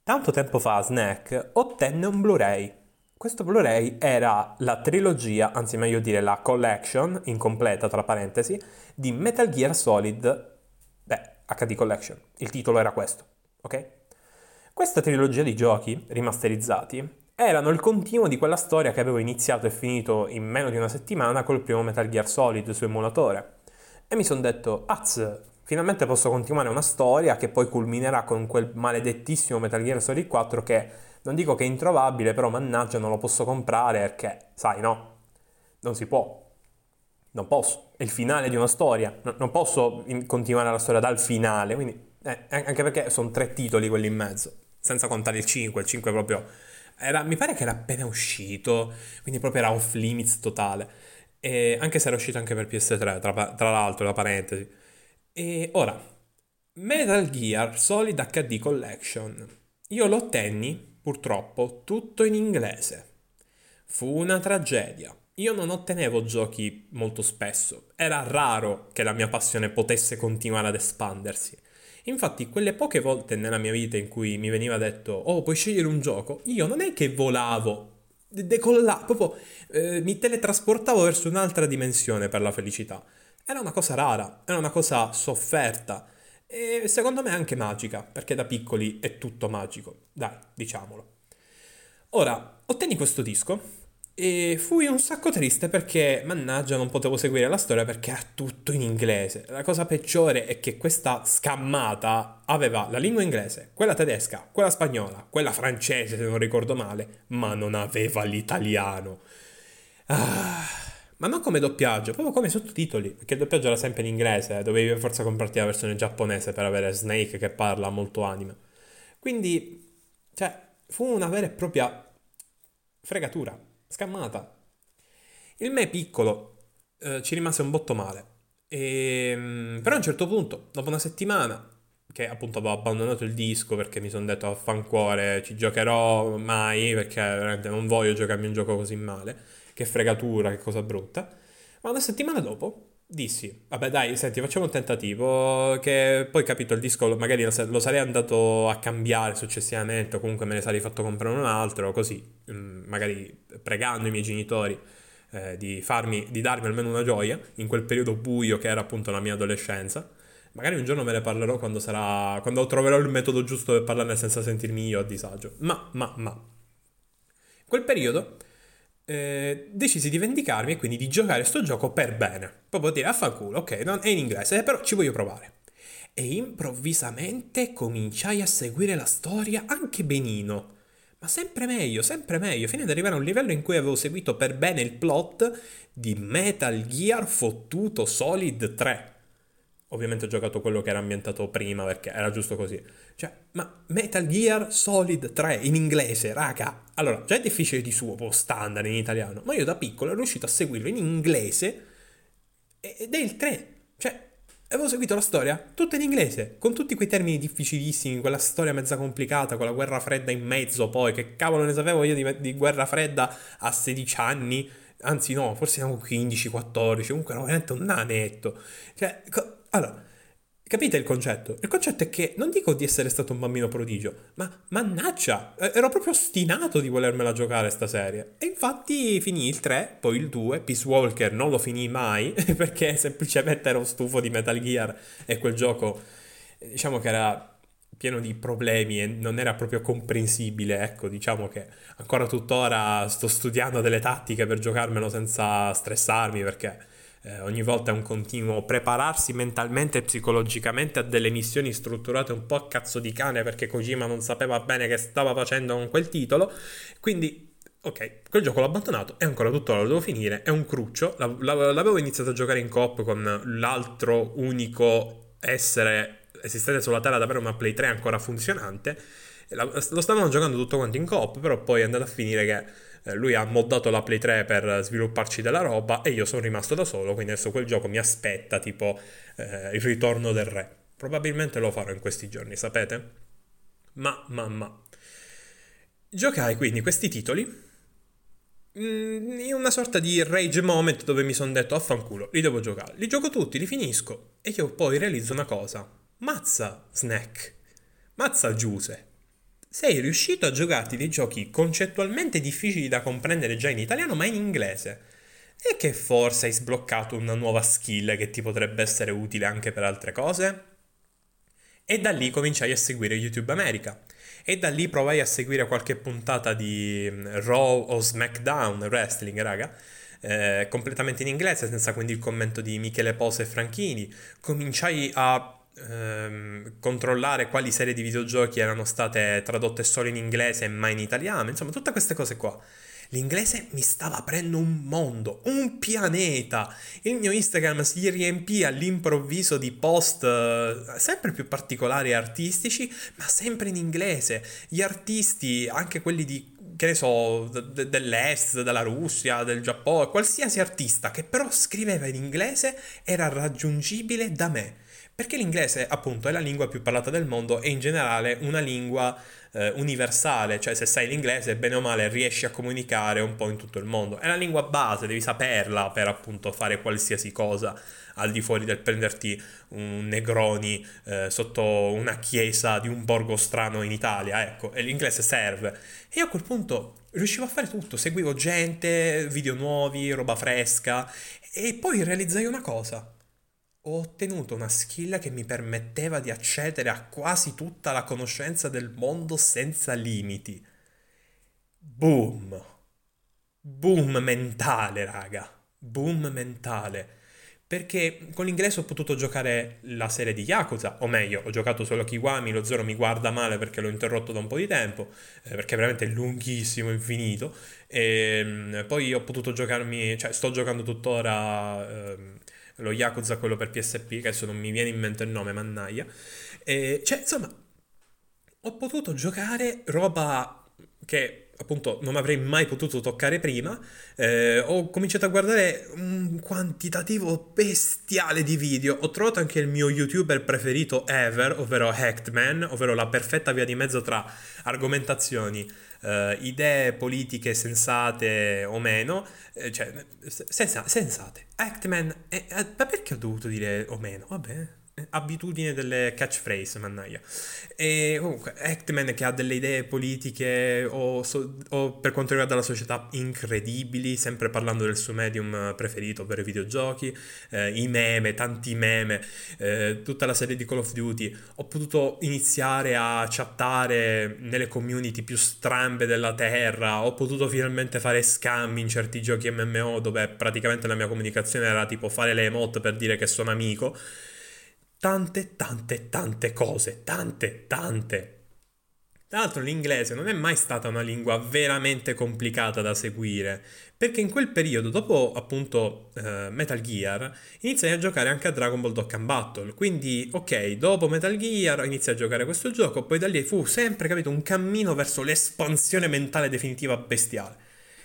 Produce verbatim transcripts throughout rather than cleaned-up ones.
Tanto tempo fa Snack ottenne un Blu-ray. Questo Blu-ray era la trilogia, anzi meglio dire la collection, incompleta tra parentesi, di Metal Gear Solid, beh, acca di Collection. Il titolo era questo, ok? Questa trilogia di giochi, rimasterizzati, erano il continuo di quella storia che avevo iniziato e finito in meno di una settimana col primo Metal Gear Solid su emulatore. E mi sono detto, az, finalmente posso continuare una storia che poi culminerà con quel maledettissimo Metal Gear Solid quattro che non dico che è introvabile, però mannaggia non lo posso comprare perché, sai no, non si può, non posso, è il finale di una storia, no- non posso in- continuare la storia dal finale, quindi, eh, anche perché sono tre titoli quelli in mezzo, senza contare il cinque, il cinque proprio, era, mi pare che era appena uscito, quindi proprio era off limits totale, e anche se era uscito anche per P S tre, tra, pa- tra l'altro, la parentesi. E ora, Metal Gear Solid acca di Collection. Io lo ottenni, purtroppo, tutto in inglese. Fu una tragedia. Io non ottenevo giochi molto spesso. Era raro che la mia passione potesse continuare ad espandersi. Infatti, quelle poche volte nella mia vita in cui mi veniva detto, oh, puoi scegliere un gioco, io non è che volavo, de- decollavo, proprio eh, mi teletrasportavo verso un'altra dimensione per la felicità. Era una cosa rara, era una cosa sofferta e secondo me anche magica, perché da piccoli è tutto magico. Dai, diciamolo. Ora, ottenni questo disco e fui un sacco triste perché, mannaggia, non potevo seguire la storia perché era tutto in inglese. La cosa peggiore è che questa scammata aveva la lingua inglese, quella tedesca, quella spagnola, quella francese se non ricordo male, ma non aveva l'italiano. Ah, ma non come doppiaggio, proprio come sottotitoli, perché il doppiaggio era sempre in inglese, eh, dovevi per forza comprarti la versione giapponese per avere Snake che parla molto anime. Quindi, cioè, fu una vera e propria fregatura, scammata. Il me piccolo eh, ci rimase un botto male. E, però a un certo punto, dopo una settimana, che appunto avevo abbandonato il disco perché mi sono detto affancuore, ci giocherò mai perché veramente non voglio giocarmi un gioco così male, che fregatura, che cosa brutta. Ma una settimana dopo dissi, vabbè dai, senti, facciamo un tentativo, che poi capito il disco magari lo, sa- lo sarei andato a cambiare successivamente o comunque me ne sarei fatto comprare un altro, così, mm, magari pregando i miei genitori eh, di farmi, di darmi almeno una gioia in quel periodo buio che era appunto la mia adolescenza. Magari un giorno me ne parlerò quando sarà, quando troverò il metodo giusto per parlarne senza sentirmi io a disagio. Ma, ma, ma. In quel periodo eh, decisi di vendicarmi e quindi di giocare sto gioco per bene. Proprio dire, affanculo, ok, non, è in inglese, eh, però ci voglio provare. E improvvisamente cominciai a seguire la storia anche benino. Ma sempre meglio, sempre meglio, fino ad arrivare a un livello in cui avevo seguito per bene il plot di Metal Gear Fottuto Solid tre. Ovviamente ho giocato quello che era ambientato prima perché era giusto così. Cioè, ma Metal Gear Solid tre in inglese, raga. Allora, già è difficile di suo, po' standard in italiano, ma io da piccolo ero riuscito a seguirlo in inglese ed è il tre. Cioè, avevo seguito la storia tutta in inglese, con tutti quei termini difficilissimi, quella storia mezza complicata, con la guerra fredda in mezzo poi, che cavolo ne sapevo io di, di guerra fredda a sedici anni, anzi no, forse erano quindici quattordici, comunque ero veramente un nanetto. Cioè, co- allora, capite il concetto? Il concetto è che non dico di essere stato un bambino prodigio, ma mannaggia, eh, ero proprio ostinato di volermela giocare sta serie. E infatti finì il tre, poi il due, Peace Walker non lo finì mai, perché semplicemente ero stufo di Metal Gear e quel gioco, eh, diciamo che era pieno di problemi e non era proprio comprensibile, ecco, diciamo che ancora tuttora sto studiando delle tattiche per giocarmelo senza stressarmi perché eh, ogni volta è un continuo prepararsi mentalmente e psicologicamente a delle missioni strutturate un po' a cazzo di cane perché Kojima non sapeva bene che stava facendo con quel titolo. Quindi, ok, quel gioco l'ho abbandonato e ancora tuttora lo devo finire. È un cruccio. La- la- L'avevo iniziato a giocare in coop con l'altro unico essere esistente sulla Terra ad avere una Play tre ancora funzionante. E la- Lo stavano giocando tutto quanto in coop, però poi è andato a finire che eh, lui ha moddato la Play tre per svilupparci della roba e io sono rimasto da solo, quindi adesso quel gioco mi aspetta tipo eh, il ritorno del re. Probabilmente lo farò in questi giorni, sapete? Ma, ma, ma. Giocai quindi questi titoli mm, in una sorta di rage moment dove mi sono detto affanculo, li devo giocare. Li gioco tutti, li finisco e io poi realizzo una cosa. Mazza Snack, mazza Giuse. sei riuscito a giocarti dei giochi concettualmente difficili da comprendere già in italiano, ma in inglese. E che forse hai sbloccato una nuova skill che ti potrebbe essere utile anche per altre cose? E da lì cominciai a seguire YouTube America. E da lì provai a seguire qualche puntata di mm, Raw o SmackDown Wrestling, raga. eh, completamente in inglese, senza quindi il commento di Michele Pose e Franchini. Cominciai a ehm, controllare quali serie di videogiochi erano state tradotte solo in inglese e mai in italiano. Insomma, tutte queste cose qua. L'inglese mi stava aprendo un mondo, un pianeta. Il mio Instagram si riempì all'improvviso di post eh, sempre più particolari e artistici, ma sempre in inglese. Gli artisti, anche quelli di, che ne so, d- dell'Est, della Russia, del Giappone, qualsiasi artista che però scriveva in inglese era raggiungibile da me. Perché l'inglese, appunto, è la lingua più parlata del mondo e in generale una lingua eh, universale, cioè se sai l'inglese, bene o male, riesci a comunicare un po' in tutto il mondo. È la lingua base, devi saperla per appunto fare qualsiasi cosa, al di fuori del prenderti un Negroni eh, sotto una chiesa di un borgo strano in Italia, ecco, e l'inglese serve. E io a quel punto riuscivo a fare tutto, seguivo gente, video nuovi, roba fresca, e poi realizzai una cosa. Ho ottenuto una skill che mi permetteva di accedere a quasi tutta la conoscenza del mondo senza limiti. Boom! Boom mentale, raga. Boom mentale. Perché con l'inglese ho potuto giocare la serie di Yakuza, o meglio, ho giocato solo Kiwami, lo zero mi guarda male perché l'ho interrotto da un po' di tempo, eh, perché veramente è lunghissimo, infinito. E mm, poi ho potuto giocarmi, cioè sto giocando tuttora ehm, lo Yakuza, quello per P S P, che adesso non mi viene in mente il nome, mannaia. E, cioè, insomma, ho potuto giocare roba che appunto non avrei mai potuto toccare prima. Eh, ho cominciato a guardare un quantitativo bestiale di video. Ho trovato anche il mio YouTuber preferito ever, ovvero Hackman, ovvero la perfetta via di mezzo tra argomentazioni, eh, idee politiche sensate o meno, eh, cioè senza- sensate. Hackman, eh, eh, ma perché ho dovuto dire o meno? Vabbè. eh, Abitudine delle catchphrase, mannaia. E comunque, Hackman che ha delle idee politiche o, so- o per quanto riguarda la società incredibili, sempre parlando del suo medium preferito, ovvero i videogiochi, eh, i meme, tanti meme, eh, tutta la serie di Call of Duty. Ho potuto iniziare a chattare nelle community più strambe della terra, ho potuto finalmente fare scambi in certi giochi M M O dove praticamente la mia comunicazione era tipo fare le emote per dire che sono amico. Tante, tante, tante cose, tante, tante. Tra l'altro l'inglese non è mai stata una lingua veramente complicata da seguire, perché in quel periodo, dopo appunto eh, Metal Gear, iniziai a giocare anche a Dragon Ball Dokkan Battle, quindi ok, dopo Metal Gear iniziai a giocare questo gioco, poi da lì fu sempre, capito, un cammino verso l'espansione mentale definitiva bestiale.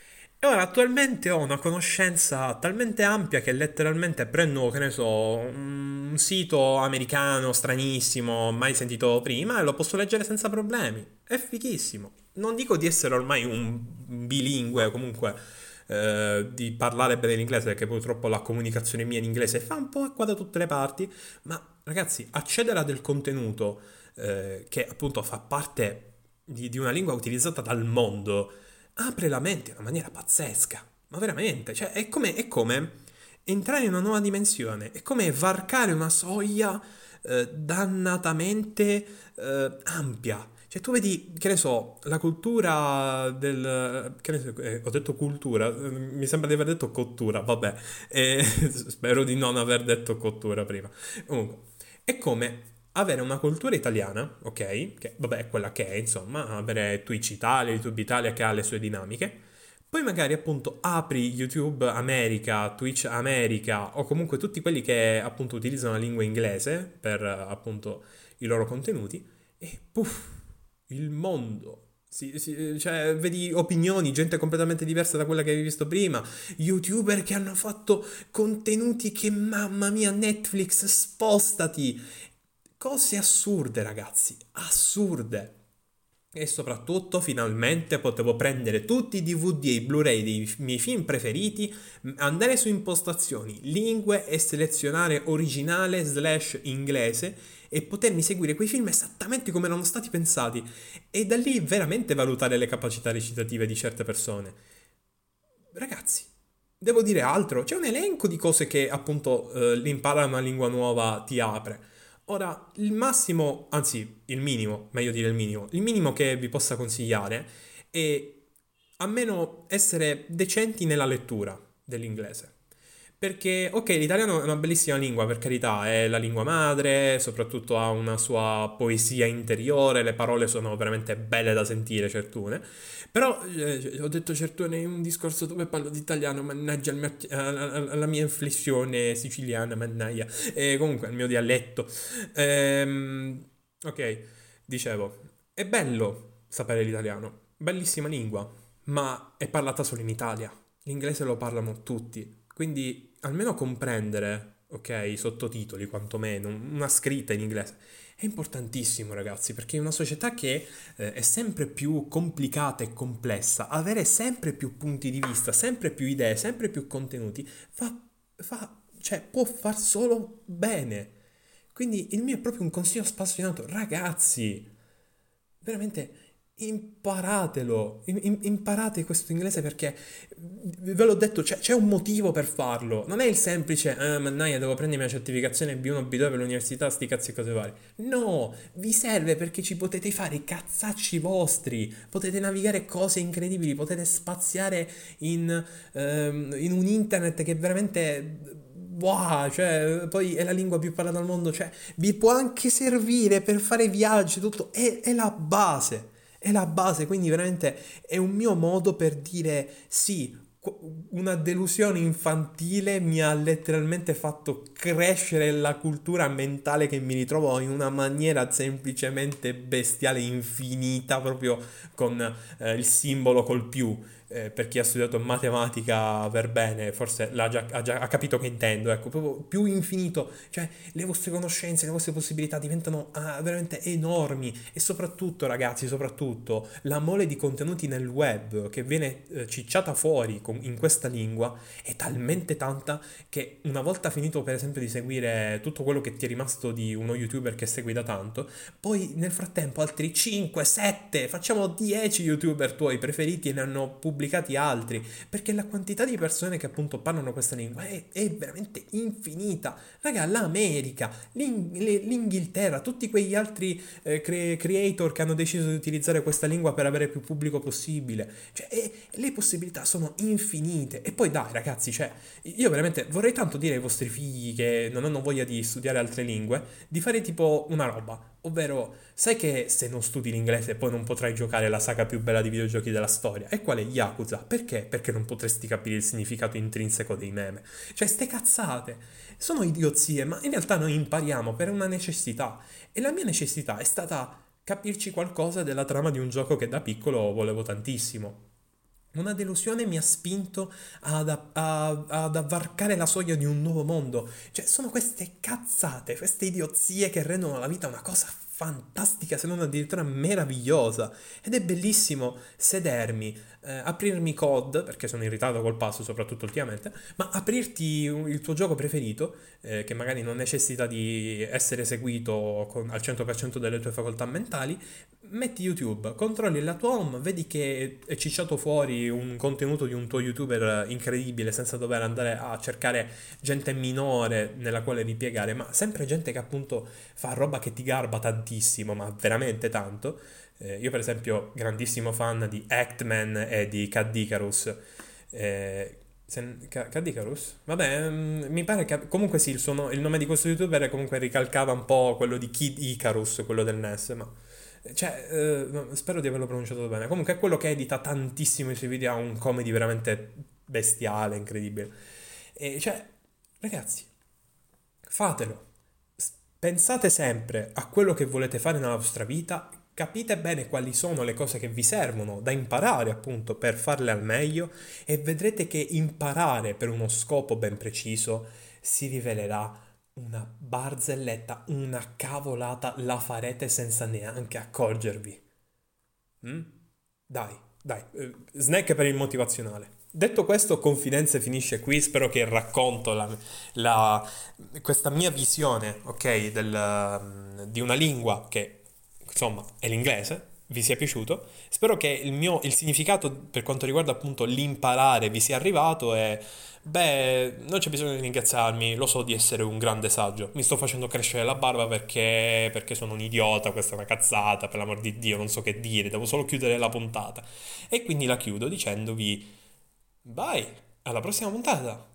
E ora attualmente ho una conoscenza talmente ampia che letteralmente prendo, che ne so, un sito americano stranissimo, mai sentito prima, e lo posso leggere senza problemi. È fighissimo. Non dico di essere ormai un bilingue, o comunque eh, di parlare bene l'inglese, perché purtroppo la comunicazione mia in inglese fa un po' acqua da tutte le parti, ma ragazzi, accedere a del contenuto eh, che appunto fa parte di, di una lingua utilizzata dal mondo apre la mente in una maniera pazzesca. Ma veramente, cioè, è come, è come entrare in una nuova dimensione, è come varcare una soglia eh, dannatamente eh, ampia. Cioè, tu vedi, che ne so, la cultura del... Che ne so, eh, ho detto cultura, eh, mi sembra di aver detto cottura, vabbè. Eh, spero di non aver detto cottura prima. Comunque, è come avere una cultura italiana, ok? Che vabbè è quella che è, insomma, avere Twitch Italia, YouTube Italia che ha le sue dinamiche. Poi magari appunto apri YouTube America, Twitch America o comunque tutti quelli che appunto utilizzano la lingua inglese per appunto i loro contenuti e puff, il mondo. Sì, sì, cioè, vedi opinioni, gente completamente diversa da quella che avevi visto prima, YouTuber che hanno fatto contenuti che mamma mia, Netflix, spostati. Cose assurde, ragazzi, assurde. E soprattutto, finalmente potevo prendere tutti i D V D e i Blu-ray dei miei film preferiti, m- andare su impostazioni, lingue e selezionare originale slash inglese e potermi seguire quei film esattamente come erano stati pensati e da lì veramente valutare le capacità recitative di certe persone. Ragazzi, devo dire altro, c'è un elenco di cose che appunto eh, l'imparare una lingua nuova ti apre. Ora, il massimo, anzi il minimo, meglio dire il minimo, il minimo che vi possa consigliare è almeno essere decenti nella lettura dell'inglese. Perché, ok, l'italiano è una bellissima lingua, per carità, è la lingua madre, soprattutto ha una sua poesia interiore, le parole sono veramente belle da sentire, certune. Però, eh, ho detto certune in un discorso dove parlo di italiano, mannaggia il mio- eh, la la mia inflessione siciliana, mannaggia. E comunque, il mio dialetto. Ehm, ok, dicevo, è bello sapere l'italiano, bellissima lingua, ma è parlata solo in Italia. L'inglese lo parlano tutti, quindi almeno comprendere, ok, i sottotitoli quantomeno, una scritta in inglese. È importantissimo, ragazzi, perché in una società che eh, è sempre più complicata e complessa, avere sempre più punti di vista, sempre più idee, sempre più contenuti, fa, fa, cioè, può far solo bene. Quindi il mio è proprio un consiglio spassionato. Ragazzi, veramente imparatelo, im- im- imparate questo inglese perché ve l'ho detto, c'è, c'è un motivo per farlo. Non è il semplice, ah, mannaia, devo prendermi la certificazione B uno, B due per l'università, sti cazzi e cose varie. No, vi serve perché ci potete fare i cazzacci vostri, potete navigare cose incredibili, potete spaziare in, ehm, in un internet che veramente... Wow, cioè, poi è la lingua più parlata al mondo, cioè, vi può anche servire per fare viaggi, tutto, è, è la base, è la base, quindi veramente è un mio modo per dire sì, qu- una delusione infantile mi ha letteralmente fatto crescere la cultura mentale che mi ritrovo in una maniera semplicemente bestiale, infinita, proprio con eh, il simbolo col più. Eh, per chi ha studiato matematica per bene, forse l'ha già, ha già ha capito che intendo, ecco, proprio più infinito, cioè le vostre conoscenze, le vostre possibilità diventano ah, veramente enormi e soprattutto, ragazzi, soprattutto la mole di contenuti nel web che viene eh, cicciata fuori con- in questa lingua è talmente tanta che una volta finito per esempio di seguire tutto quello che ti è rimasto di uno youtuber che segui da tanto, poi nel frattempo altri cinque, sette, facciamo dieci youtuber tuoi preferiti e ne hanno pubblicati altri, perché la quantità di persone che appunto parlano questa lingua è, è veramente infinita. Raga, l'America, l'Ing- le- l'Inghilterra, tutti quegli altri eh, cre- creator che hanno deciso di utilizzare questa lingua per avere più pubblico possibile. Cioè, e- le possibilità sono infinite. E poi dai, ragazzi, cioè, io veramente vorrei tanto dire ai vostri figli che non hanno voglia di studiare altre lingue, di fare tipo una roba. Ovvero, sai che se non studi l'inglese poi non potrai giocare la saga più bella di videogiochi della storia? E qual è Yakuza? Perché? Perché non potresti capire il significato intrinseco dei meme. Cioè, ste cazzate sono idiozie, ma in realtà noi impariamo per una necessità. E la mia necessità è stata capirci qualcosa della trama di un gioco che da piccolo volevo tantissimo. Una delusione mi ha spinto ad, a- ad avvarcare la soglia di un nuovo mondo. Cioè, sono queste cazzate, queste idiozie che rendono la vita una cosa fantastica, se non addirittura meravigliosa. Ed è bellissimo sedermi, eh, aprirmi C O D, perché sono in ritardo col passo, soprattutto ultimamente, ma aprirti un- il tuo gioco preferito, eh, che magari non necessita di essere seguito con- al cento per cento delle tue facoltà mentali, metti YouTube, controlli la tua home, vedi che è cicciato fuori un contenuto di un tuo YouTuber incredibile senza dover andare a cercare gente minore nella quale ripiegare, ma sempre gente che appunto fa roba che ti garba tantissimo, ma veramente tanto. Eh, io per esempio grandissimo fan di Actman e di Cad Icarus. Eh, se- Ca- Cad Icarus? Vabbè, mm, mi pare che comunque sì, il, suo no- il nome di questo youtuber comunque ricalcava un po' quello di Kid Icarus, quello del N E S, ma cioè, eh, no, spero di averlo pronunciato bene. Comunque è quello che edita tantissimo i suoi video, ha un comedy veramente bestiale, incredibile. E cioè, ragazzi, fatelo. S- Pensate sempre a quello che volete fare nella vostra vita, capite bene quali sono le cose che vi servono da imparare appunto per farle al meglio e vedrete che imparare per uno scopo ben preciso si rivelerà una barzelletta, una cavolata, la farete senza neanche accorgervi. Mm? Dai, Dai, eh, snack per il motivazionale. Detto questo, confidenze finisce qui. Spero che il racconto, la, la- questa mia visione, ok, del, mm, di una lingua che, insomma, è l'inglese, vi sia piaciuto. Spero che il mio, il significato per quanto riguarda appunto l'imparare vi sia arrivato e, beh, non c'è bisogno di ringraziarmi, lo so di essere un grande saggio. Mi sto facendo crescere la barba perché, perché sono un idiota, questa è una cazzata, per l'amor di Dio, non so che dire, devo solo chiudere la puntata. E quindi la chiudo dicendovi bye, alla prossima puntata.